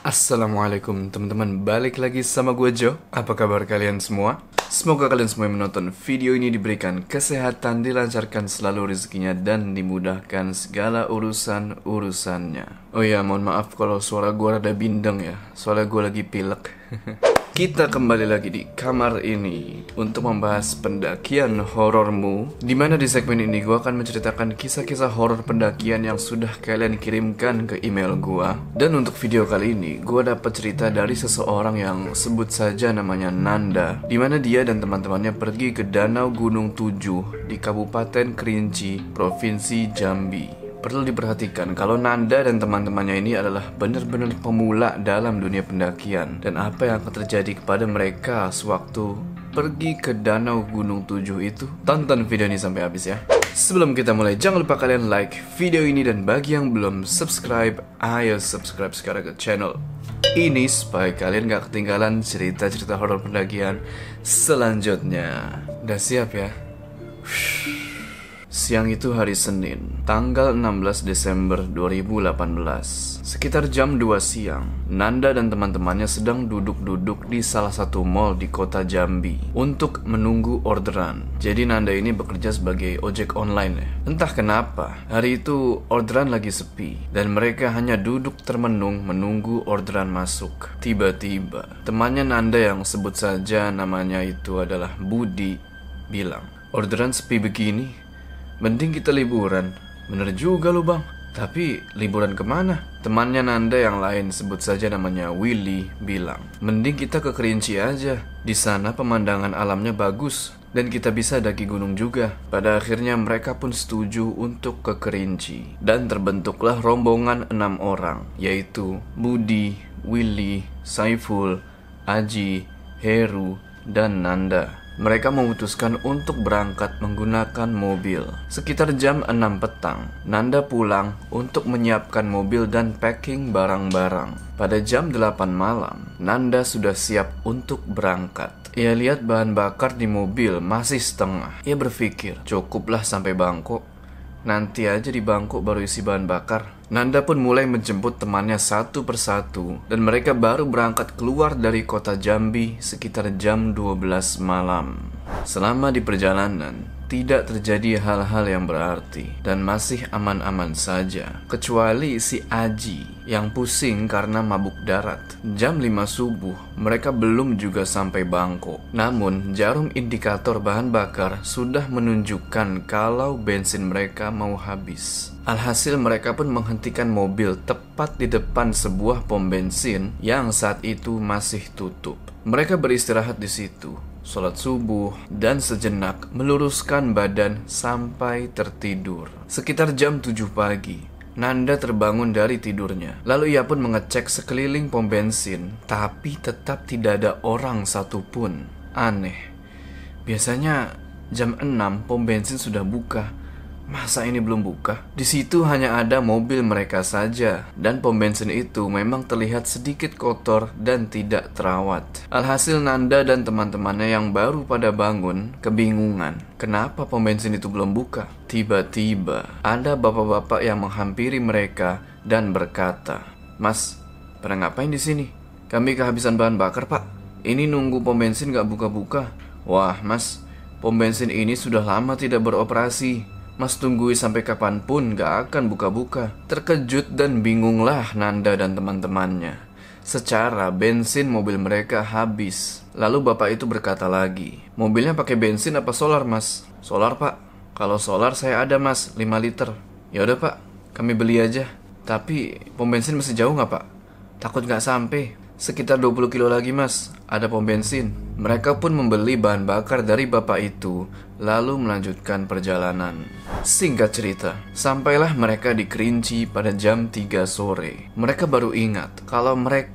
Assalamualaikum teman-teman, balik lagi sama gue Joe. Apa kabar kalian semua? Semoga kalian semua yang menonton video ini diberikan kesehatan, dilancarkan selalu rezekinya, dan dimudahkan segala urusan-urusannya. Oh ya, mohon maaf kalau suara gue rada bindeng ya, soalnya gue lagi pilek. Kita kembali lagi di kamar ini untuk membahas pendakian horormu, dimana di segmen ini gue akan menceritakan kisah-kisah horor pendakian yang sudah kalian kirimkan ke email gue. Dan untuk video kali ini gue dapat cerita dari seseorang yang sebut saja namanya Nanda, dimana dia dan teman-temannya pergi ke Danau Gunung Tujuh di Kabupaten Kerinci, Provinsi Jambi. Perlu diperhatikan kalau Nanda dan teman-temannya ini adalah benar-benar pemula dalam dunia pendakian. Dan apa yang akan terjadi kepada mereka sewaktu pergi ke Danau Gunung Tujuh itu? Tonton video ini sampai habis ya. Sebelum kita mulai, jangan lupa kalian like video ini, dan bagi yang belum subscribe, ayo subscribe sekarang ke channel ini supaya kalian gak ketinggalan cerita-cerita horor pendakian selanjutnya. Udah siap ya? Siang itu hari Senin, tanggal 16 Desember 2018. Sekitar jam 2 siang, Nanda dan teman-temannya sedang duduk-duduk di salah satu mall di kota Jambi untuk menunggu orderan. Jadi Nanda ini bekerja sebagai ojek online ya. Entah kenapa, hari itu orderan lagi sepi dan mereka hanya duduk termenung menunggu orderan masuk. Tiba-tiba, temannya Nanda yang sebut saja namanya itu adalah Budi bilang, "Orderan sepi begini, mending kita liburan." Bener juga lu bang, tapi liburan kemana? Temannya Nanda yang lain sebut saja namanya Willy bilang, "Mending kita ke Kerinci aja. Di sana pemandangan alamnya bagus dan kita bisa daki gunung juga." Pada akhirnya mereka pun setuju untuk ke Kerinci. Dan terbentuklah rombongan 6 orang, yaitu Budi, Willy, Saiful, Aji, Heru, dan Nanda. Mereka memutuskan untuk berangkat menggunakan mobil. Sekitar jam 6 petang, Nanda pulang untuk menyiapkan mobil dan packing barang-barang. Pada jam 8 malam, Nanda sudah siap untuk berangkat. Ia lihat bahan bakar di mobil masih setengah. Ia berpikir, cukuplah sampai Bangkok. Nanti aja di Bangkok baru isi bahan bakar. Nanda pun mulai menjemput temannya satu persatu, dan mereka baru berangkat keluar dari kota Jambi sekitar jam 12 malam. Selama di perjalanan, tidak terjadi hal-hal yang berarti dan masih aman-aman saja, kecuali si Aji yang pusing karena mabuk darat. Jam 5 subuh, mereka belum juga sampai Bangkok. Namun, jarum indikator bahan bakar sudah menunjukkan kalau bensin mereka mau habis. Alhasil mereka pun menghentikan mobil tepat di depan sebuah pom bensin yang saat itu masih tutup. Mereka beristirahat di situ, sholat subuh, dan sejenak meluruskan badan sampai tertidur. Sekitar jam 7 pagi, Nanda terbangun dari tidurnya. Lalu ia pun mengecek sekeliling pom bensin, tapi tetap tidak ada orang satupun. Aneh, biasanya jam 6 pom bensin sudah buka. Masa ini belum buka? Di situ hanya ada mobil mereka saja, dan pom bensin itu memang terlihat sedikit kotor dan tidak terawat. Alhasil Nanda dan teman-temannya yang baru pada bangun kebingungan. Kenapa pom bensin itu belum buka? Tiba-tiba ada bapak-bapak yang menghampiri mereka dan berkata, "Mas, pada ngapain di sini? Kami kehabisan bahan bakar, Pak. Ini nunggu pom bensin gak buka-buka." "Wah, Mas, pom bensin ini sudah lama tidak beroperasi. Mas tungguin sampai kapanpun gak akan buka-buka." Terkejut dan bingunglah Nanda dan teman-temannya. Secara bensin mobil mereka habis. Lalu bapak itu berkata lagi, "Mobilnya pakai bensin apa solar, Mas?" "Solar, Pak. Kalau solar saya ada, Mas, 5 liter." "Ya udah, Pak, kami beli aja. Tapi pom bensin masih jauh gak, Pak? Takut gak sampai." "Sekitar 20 kilo lagi, Mas, ada pom bensin." Mereka pun membeli bahan bakar dari bapak itu, lalu melanjutkan perjalanan. Singkat cerita, sampailah mereka di Kerinci pada jam 3 sore. Mereka baru ingat kalau mereka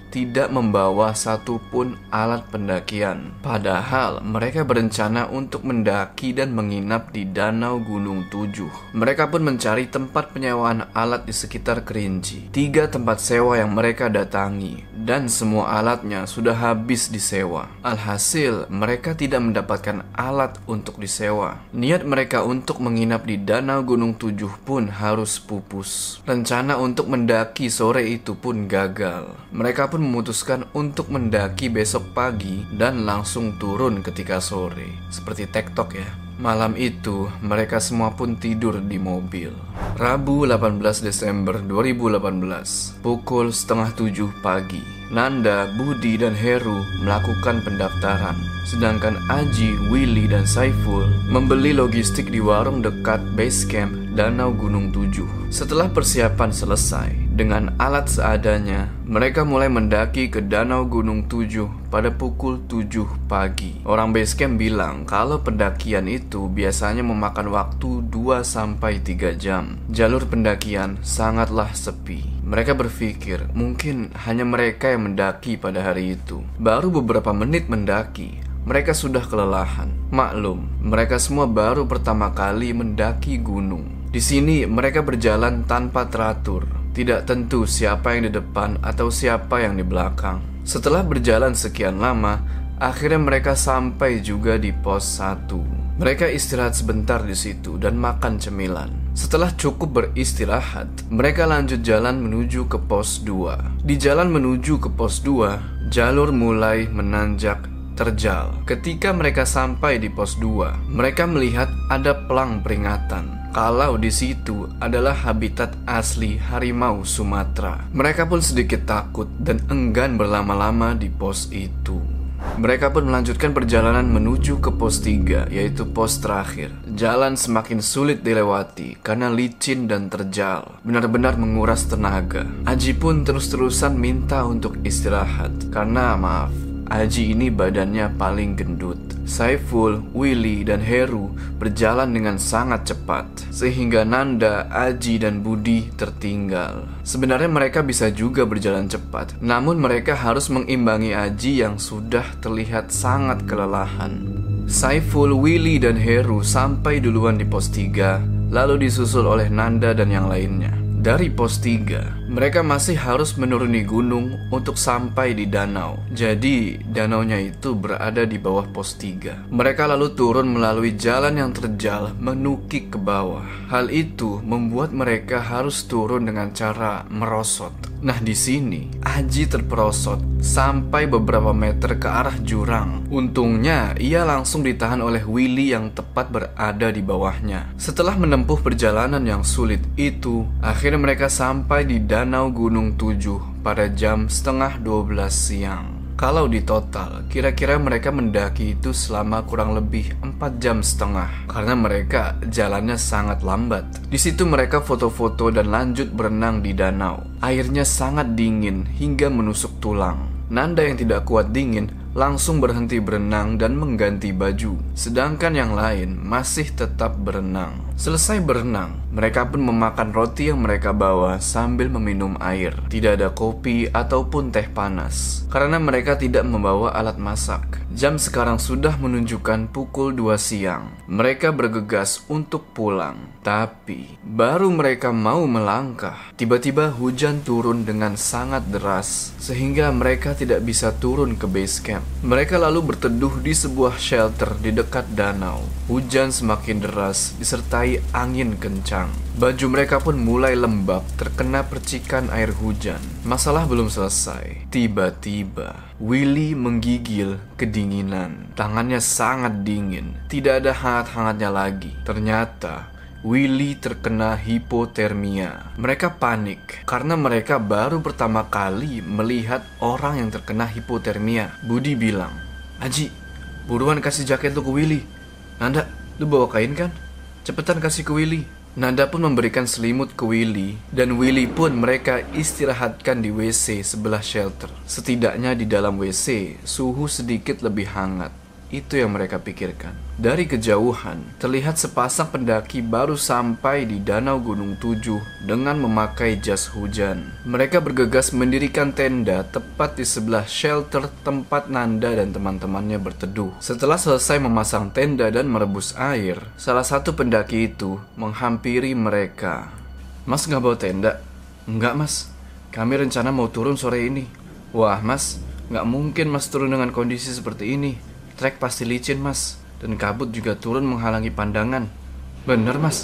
tidak membawa satupun alat pendakian. Padahal mereka berencana untuk mendaki dan menginap di Danau Gunung Tujuh. Mereka pun mencari tempat penyewaan alat di sekitar Kerinci. 3 tempat sewa yang mereka datangi, dan semua alatnya sudah habis disewa. Alhasil, mereka tidak mendapatkan alat untuk disewa. Niat mereka untuk menginap di Danau Gunung Tujuh pun harus pupus. Rencana untuk mendaki sore itu pun gagal. Mereka pun memutuskan untuk mendaki besok pagi dan langsung turun ketika sore. Seperti TikTok ya. Malam itu, mereka semua pun tidur di mobil. Rabu 18 Desember 2018, pukul 6:30 pagi. Nanda, Budi, dan Heru melakukan pendaftaran. Sedangkan Aji, Willy, dan Saiful membeli logistik di warung dekat base camp Danau Gunung Tujuh. Setelah persiapan selesai, dengan alat seadanya, mereka mulai mendaki ke Danau Gunung Tujuh pada pukul 7 pagi. Orang base camp bilang kalau pendakian itu biasanya memakan waktu 2-3 jam. Jalur pendakian sangatlah sepi. Mereka berpikir mungkin hanya mereka yang mendaki pada hari itu. Baru beberapa menit mendaki, mereka sudah kelelahan. Maklum, mereka semua baru pertama kali mendaki gunung. Di sini mereka berjalan tanpa teratur. Tidak tentu siapa yang di depan atau siapa yang di belakang. Setelah berjalan sekian lama, akhirnya mereka sampai juga di pos 1. Mereka istirahat sebentar di situ dan makan cemilan. Setelah cukup beristirahat, mereka lanjut jalan menuju ke pos 2. Di jalan menuju ke pos 2, jalur mulai menanjak terjal. Ketika mereka sampai di pos 2, mereka melihat ada pelang peringatan kalau di situ adalah habitat asli harimau Sumatera. Mereka pun sedikit takut dan enggan berlama-lama di pos itu. Mereka pun melanjutkan perjalanan menuju ke pos 3, yaitu pos terakhir. Jalan semakin sulit dilewati karena licin dan terjal, benar-benar menguras tenaga. Aji pun terus-terusan minta untuk istirahat karena maaf, Aji ini badannya paling gendut. Saiful, Willy, dan Heru berjalan dengan sangat cepat, sehingga Nanda, Aji, dan Budi tertinggal. Sebenarnya mereka bisa juga berjalan cepat, namun mereka harus mengimbangi Aji yang sudah terlihat sangat kelelahan. Saiful, Willy, dan Heru sampai duluan di pos 3, lalu disusul oleh Nanda dan yang lainnya. Dari pos 3, mereka masih harus menuruni gunung untuk sampai di danau. Jadi, danaunya itu berada di bawah pos 3. Mereka lalu turun melalui jalan yang terjal menukik ke bawah. Hal itu membuat mereka harus turun dengan cara merosot. Nah, di sini Aji terperosot sampai beberapa meter ke arah jurang. Untungnya, ia langsung ditahan oleh Willy yang tepat berada di bawahnya. Setelah menempuh perjalanan yang sulit itu, akhirnya mereka sampai di Danau Gunung Tujuh pada jam 11:30 siang. Kalau di total, kira-kira mereka mendaki itu selama kurang lebih 4,5 jam karena mereka jalannya sangat lambat. Di situ mereka foto-foto dan lanjut berenang di danau. Airnya sangat dingin hingga menusuk tulang. Nanda yang tidak kuat dingin langsung berhenti berenang dan mengganti baju, sedangkan yang lain masih tetap berenang. Selesai berenang, mereka pun memakan roti yang mereka bawa sambil meminum air. Tidak ada kopi ataupun teh panas karena mereka tidak membawa alat masak. Jam sekarang sudah menunjukkan pukul 2 siang. Mereka bergegas untuk pulang. Tapi baru mereka mau melangkah, tiba-tiba hujan turun dengan sangat deras sehingga mereka tidak bisa turun ke base camp. Mereka lalu berteduh di sebuah shelter di dekat danau. Hujan semakin deras disertai angin kencang. Baju mereka pun mulai lembab terkena percikan air hujan. Masalah belum selesai. Tiba-tiba Willy menggigil kedinginan. Tangannya sangat dingin. Tidak ada hangat-hangatnya lagi. Ternyata Willy terkena hipotermia. Mereka panik karena mereka baru pertama kali melihat orang yang terkena hipotermia. Budi bilang, "Aji, buruan kasih jaket tuh ke Willy. Nanda, lu bawa kain kan? Cepetan kasih ke Willy." Nanda pun memberikan selimut ke Willy, dan Willy pun mereka istirahatkan di WC sebelah shelter. Setidaknya di dalam WC, suhu sedikit lebih hangat. Itu yang mereka pikirkan. Dari kejauhan, terlihat sepasang pendaki baru sampai di Danau Gunung Tujuh dengan memakai jas hujan. Mereka bergegas mendirikan tenda tepat di sebelah shelter tempat Nanda dan teman-temannya berteduh. Setelah selesai memasang tenda dan merebus air, salah satu pendaki itu menghampiri mereka. "Mas nggak bawa tenda?" "Enggak mas, kami rencana mau turun sore ini." "Wah mas, nggak mungkin mas turun dengan kondisi seperti ini. Trek pasti licin mas, dan kabut juga turun menghalangi pandangan." "Bener mas,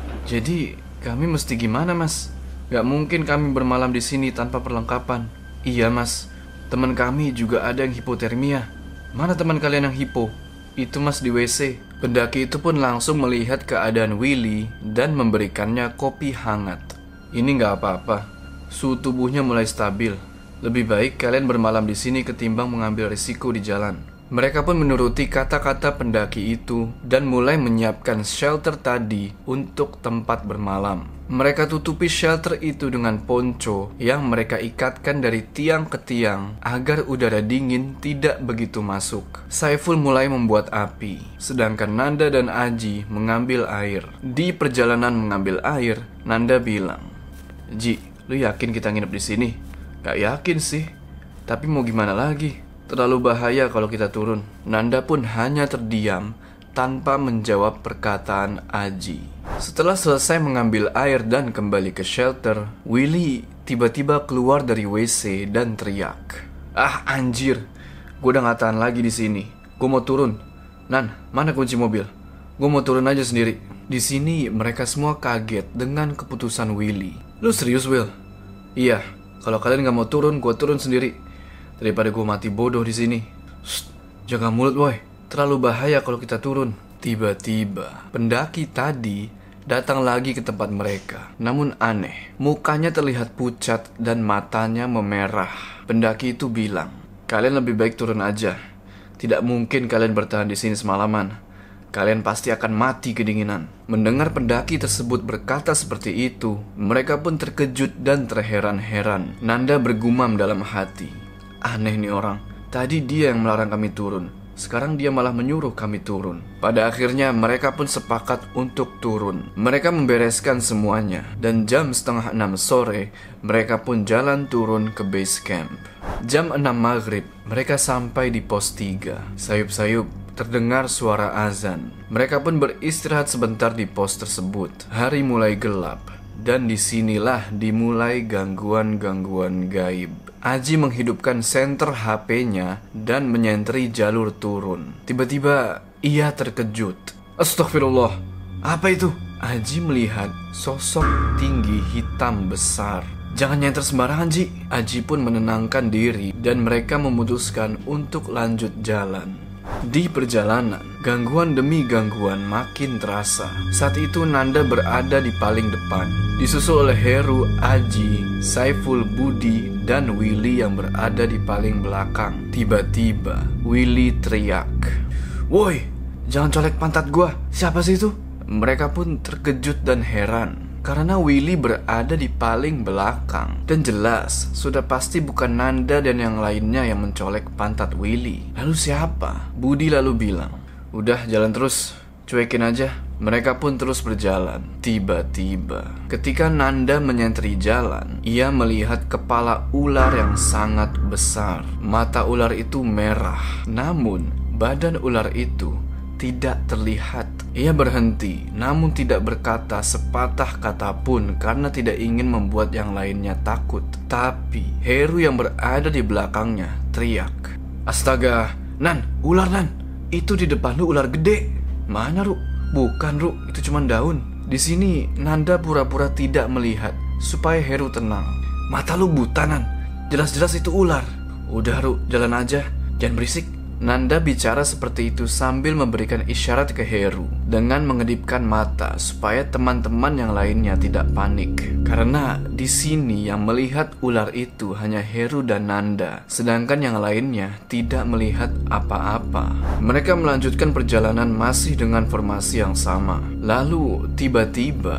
jadi kami mesti gimana mas? Nggak mungkin kami bermalam di sini tanpa perlengkapan." "Iya mas, teman kami juga ada yang hipotermia." "Mana teman kalian yang hipo?" "Itu mas di WC." Pendaki itu pun langsung melihat keadaan Willy dan memberikannya kopi hangat. "Ini nggak apa-apa, suhu tubuhnya mulai stabil. Lebih baik kalian bermalam di sini ketimbang mengambil risiko di jalan." Mereka pun menuruti kata-kata pendaki itu dan mulai menyiapkan shelter tadi untuk tempat bermalam. Mereka tutupi shelter itu dengan ponco yang mereka ikatkan dari tiang ke tiang agar udara dingin tidak begitu masuk. Saiful mulai membuat api, sedangkan Nanda dan Aji mengambil air. Di perjalanan mengambil air, Nanda bilang, "Ji, lu yakin kita nginep di sini?" "Gak yakin sih, tapi mau gimana lagi? Terlalu bahaya kalau kita turun." Nanda pun hanya terdiam tanpa menjawab perkataan Aji. Setelah selesai mengambil air dan kembali ke shelter, Willy tiba-tiba keluar dari WC dan teriak, "Ah anjir, gue udah gak tahan lagi di sini. Gue mau turun. Nan, mana kunci mobil? Gue mau turun aja sendiri." Di sini mereka semua kaget dengan keputusan Willy. "Lu serius Will?" "Iya, kalau kalian gak mau turun, gue turun sendiri. Daripada gue mati bodoh di sini." "Shh, jaga mulut boy. Terlalu bahaya kalau kita turun." Tiba-tiba, pendaki tadi datang lagi ke tempat mereka. Namun aneh, mukanya terlihat pucat dan matanya memerah. Pendaki itu bilang, "Kalian lebih baik turun aja. Tidak mungkin kalian bertahan di sini semalaman. Kalian pasti akan mati kedinginan." Mendengar pendaki tersebut berkata seperti itu, mereka pun terkejut dan terheran-heran. Nanda bergumam dalam hati, "Aneh nih orang, tadi dia yang melarang kami turun, sekarang dia malah menyuruh kami turun." Pada akhirnya mereka pun sepakat untuk turun. Mereka membereskan semuanya, dan jam 5:30 sore mereka pun jalan turun ke base camp. Jam 6 maghrib mereka sampai di pos 3. Sayup-sayup terdengar suara azan. Mereka pun beristirahat sebentar di pos tersebut. Hari mulai gelap, dan disinilah dimulai gangguan-gangguan gaib. Aji menghidupkan senter HP-nya dan menyentri jalur turun. Tiba-tiba ia terkejut. "Astagfirullah, apa itu?" Aji melihat sosok tinggi hitam besar. "Jangan nyenter sembarangan Ji." Aji pun menenangkan diri dan mereka memutuskan untuk lanjut jalan. Di perjalanan, gangguan demi gangguan makin terasa. Saat itu Nanda berada di paling depan, disusul oleh Heru, Aji, Saiful, Budi, dan Willy yang berada di paling belakang. Tiba-tiba Willy teriak, "Woi, jangan colek pantat gua. Siapa sih itu?" Mereka pun terkejut dan heran karena Willy berada di paling belakang. Dan jelas, sudah pasti bukan Nanda dan yang lainnya yang mencolek pantat Willy. Lalu siapa? Budi lalu bilang, "Udah jalan terus, cuekin aja." Mereka pun terus berjalan. Tiba-tiba, ketika Nanda menyentri jalan, ia melihat kepala ular yang sangat besar. Mata ular itu merah, namun badan ular itu tidak terlihat. Ia berhenti, namun tidak berkata sepatah kata pun karena tidak ingin membuat yang lainnya takut. Tapi Heru yang berada di belakangnya teriak, "Astaga, Nan, ular Nan, itu di depan lu ular gede." "Mana Ru?" "Bukan Ru, itu cuma daun." Di sini Nanda pura-pura tidak melihat supaya Heru tenang. "Mata lu buta Nan, jelas-jelas itu ular." "Udah Ru, jalan aja, jangan berisik." Nanda bicara seperti itu sambil memberikan isyarat ke Heru dengan mengedipkan mata supaya teman-teman yang lainnya tidak panik. Karena di sini yang melihat ular itu hanya Heru dan Nanda, sedangkan yang lainnya tidak melihat apa-apa. Mereka melanjutkan perjalanan masih dengan formasi yang sama. Lalu tiba-tiba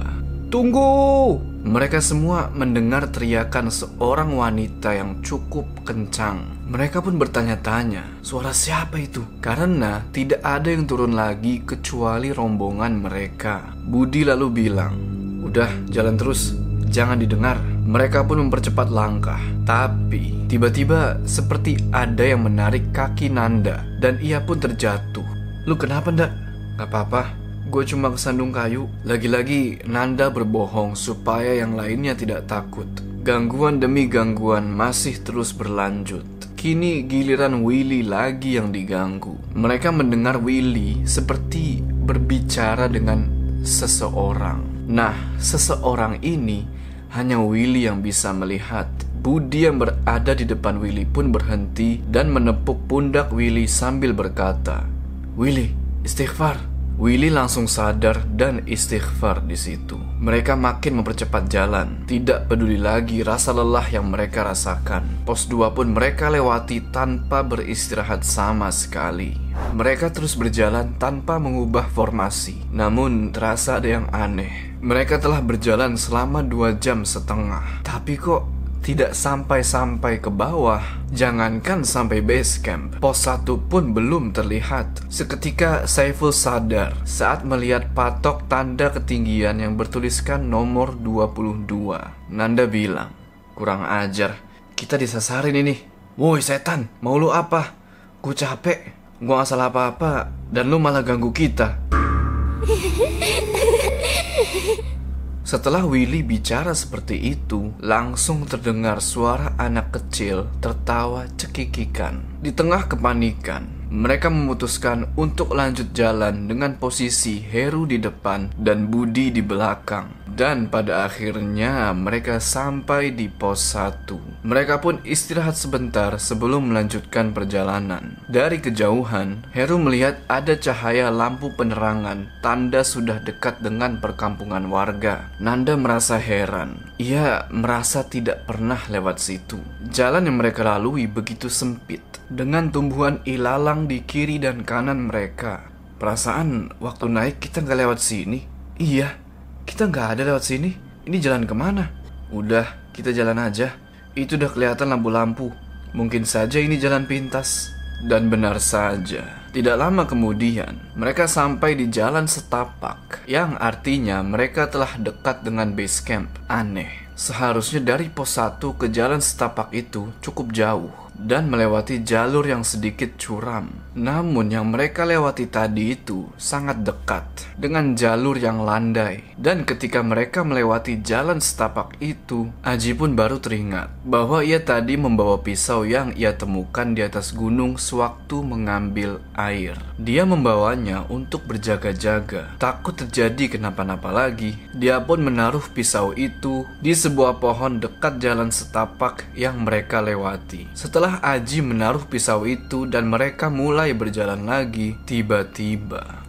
"Tunggu!" Mereka semua mendengar teriakan seorang wanita yang cukup kencang. Mereka pun bertanya-tanya, suara siapa itu? Karena tidak ada yang turun lagi kecuali rombongan mereka. Budi lalu bilang, "Udah, jalan terus, jangan didengar." Mereka pun mempercepat langkah. Tapi tiba-tiba seperti ada yang menarik kaki Nanda dan ia pun terjatuh. "Lu kenapa, ndak?" "Gak apa-apa, gue cuma kesandung kayu." Lagi-lagi Nanda berbohong supaya yang lainnya tidak takut. Gangguan demi gangguan masih terus berlanjut. Kini giliran Willy lagi yang diganggu. Mereka mendengar Willy seperti berbicara dengan seseorang. Nah, seseorang ini hanya Willy yang bisa melihat. Budi yang berada di depan Willy pun berhenti dan menepuk pundak Willy sambil berkata, "Willy, istighfar." Willy langsung sadar dan istighfar di situ. Mereka makin mempercepat jalan, tidak peduli lagi rasa lelah yang mereka rasakan. Pos 2 pun mereka lewati tanpa beristirahat sama sekali. Mereka terus berjalan tanpa mengubah formasi. Namun terasa ada yang aneh. Mereka telah berjalan selama 2 jam setengah, tapi kok tidak sampai-sampai ke bawah. Jangankan sampai base camp, pos 1 pun belum terlihat. Seketika Saiful sadar saat melihat patok tanda ketinggian yang bertuliskan nomor 22. Nanda bilang, "Kurang ajar, kita disasarin ini." "Woi setan, mau lu apa? Gue capek, gue gak salah apa-apa dan lu malah ganggu kita." Setelah Willy bicara seperti itu, langsung terdengar suara anak kecil tertawa cekikikan. Di tengah kepanikan, mereka memutuskan untuk lanjut jalan dengan posisi Heru di depan dan Budi di belakang. Dan pada akhirnya mereka sampai di pos 1. Mereka pun istirahat sebentar sebelum melanjutkan perjalanan. Dari kejauhan, Heru melihat ada cahaya lampu penerangan, tanda sudah dekat dengan perkampungan warga. Nanda merasa heran. Ia merasa tidak pernah lewat situ. Jalan yang mereka lalui begitu sempit, dengan tumbuhan ilalang di kiri dan kanan mereka. Perasaan waktu naik kita gak lewat sini. Iya, kita nggak ada lewat sini. Ini jalan kemana? Udah, kita jalan aja. Itu udah kelihatan lampu-lampu. Mungkin saja ini jalan pintas. Dan benar saja. Tidak lama kemudian, mereka sampai di jalan setapak, yang artinya mereka telah dekat dengan base camp. Aneh, seharusnya dari pos 1 ke jalan setapak itu cukup jauh dan melewati jalur yang sedikit curam. Namun yang mereka lewati tadi itu sangat dekat dengan jalur yang landai. Dan ketika mereka melewati jalan setapak itu, Aji pun baru teringat bahwa ia tadi membawa pisau yang ia temukan di atas gunung sewaktu mengambil air. Dia membawanya untuk berjaga-jaga, takut terjadi kenapa-napa lagi. Dia pun menaruh pisau itu di sebuah pohon dekat jalan setapak yang mereka lewati. Setelah Aji menaruh pisau itu dan mereka mulai berjalan lagi, tiba-tiba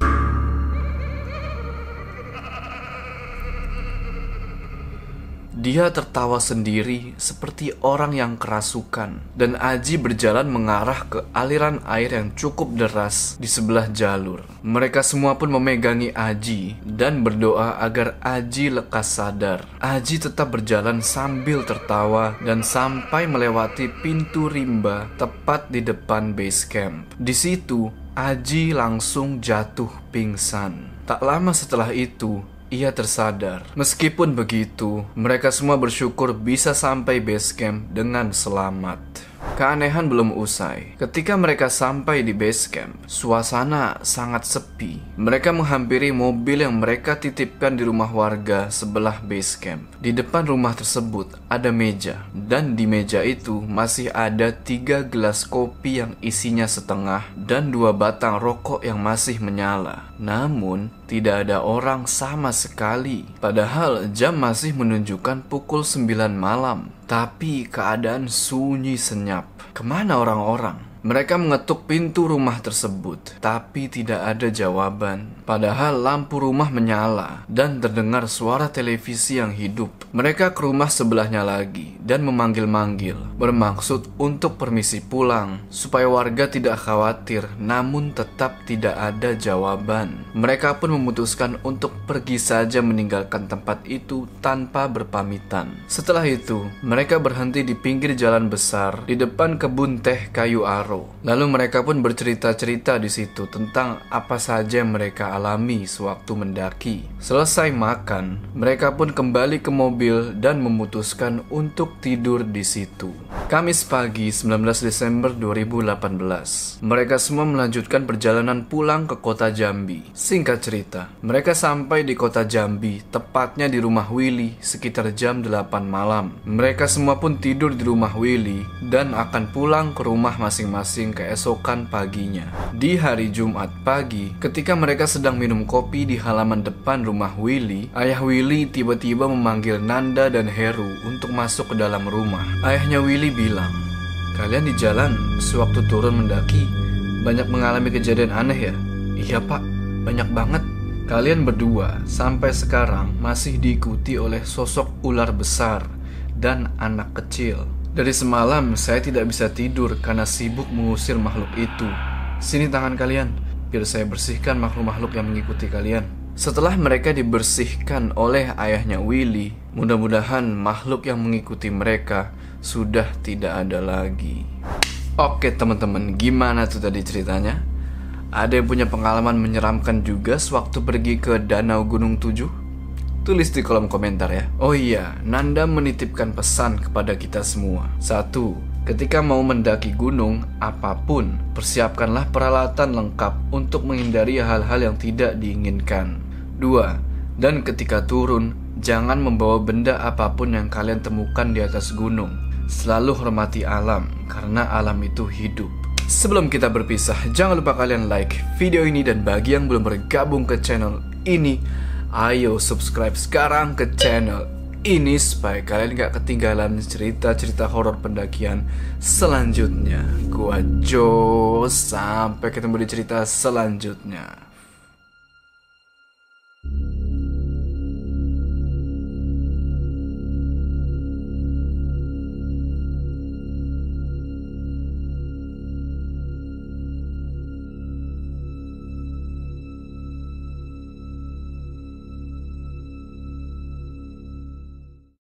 dia tertawa sendiri seperti orang yang kerasukan. Dan Aji berjalan mengarah ke aliran air yang cukup deras di sebelah jalur. Mereka semua pun memegangi Aji dan berdoa agar Aji lekas sadar. Aji tetap berjalan sambil tertawa dan sampai melewati pintu rimba tepat di depan base camp. Di situ Aji langsung jatuh pingsan. Tak lama setelah itu ia tersadar. Meskipun begitu, mereka semua bersyukur bisa sampai base camp dengan selamat. Keanehan belum usai. Ketika mereka sampai di base camp, suasana sangat sepi. Mereka menghampiri mobil yang mereka titipkan di rumah warga sebelah base camp. Di depan rumah tersebut ada meja, dan di meja itu masih ada 3 gelas kopi yang isinya setengah dan 2 batang rokok yang masih menyala. Namun tidak ada orang sama sekali. Padahal jam masih menunjukkan pukul 9 malam. Tapi keadaan sunyi senyap. Kemana orang-orang? Mereka mengetuk pintu rumah tersebut, tapi tidak ada jawaban. Padahal lampu rumah menyala dan terdengar suara televisi yang hidup. Mereka ke rumah sebelahnya lagi dan memanggil-manggil, bermaksud untuk permisi pulang, supaya warga tidak khawatir, namun tetap tidak ada jawaban. Mereka pun memutuskan untuk pergi saja meninggalkan tempat itu tanpa berpamitan. Setelah itu, mereka berhenti di pinggir jalan besar di depan kebun teh kayu aro. Lalu mereka pun bercerita-cerita di situ tentang apa saja yang mereka alami sewaktu mendaki. Selesai makan, mereka pun kembali ke mobil dan memutuskan untuk tidur di situ. Kamis pagi 19 Desember 2018, mereka semua melanjutkan perjalanan pulang ke kota Jambi. Singkat cerita, mereka sampai di kota Jambi, tepatnya di rumah Willy sekitar jam 8 malam. Mereka semua pun tidur di rumah Willy dan akan pulang ke rumah masing-masing keesokan paginya. Di hari Jumat pagi, ketika mereka sedang minum kopi di halaman depan rumah Willy, ayah Willy tiba-tiba memanggil Nanda dan Heru untuk masuk ke dalam rumah. Ayahnya Willy bilang, "Kalian di jalan sewaktu turun mendaki banyak mengalami kejadian aneh ya?" "Iya pak, banyak banget. Kalian berdua sampai sekarang masih diikuti oleh sosok ular besar dan anak kecil. Dari semalam saya tidak bisa tidur karena sibuk mengusir makhluk itu. Sini tangan kalian, biar saya bersihkan makhluk-makhluk yang mengikuti kalian." Setelah mereka dibersihkan oleh ayahnya Willy, mudah-mudahan makhluk yang mengikuti mereka sudah tidak ada lagi. Oke teman-teman, gimana tuh tadi ceritanya? Ada yang punya pengalaman menyeramkan juga sewaktu pergi ke Danau Gunung 7? Tulis di kolom komentar ya. Oh iya, Nanda menitipkan pesan kepada kita semua. 1. Ketika mau mendaki gunung apapun, persiapkanlah peralatan lengkap untuk menghindari hal-hal yang tidak diinginkan. 2. Dan ketika turun, jangan membawa benda apapun yang kalian temukan di atas gunung. Selalu hormati alam, karena alam itu hidup. Sebelum kita berpisah, jangan lupa kalian like video ini, dan bagi yang belum bergabung ke channel ini, ayo subscribe sekarang ke channel ini supaya kalian gak ketinggalan cerita-cerita horor pendakian selanjutnya. Gua Jo, sampai ketemu di cerita selanjutnya.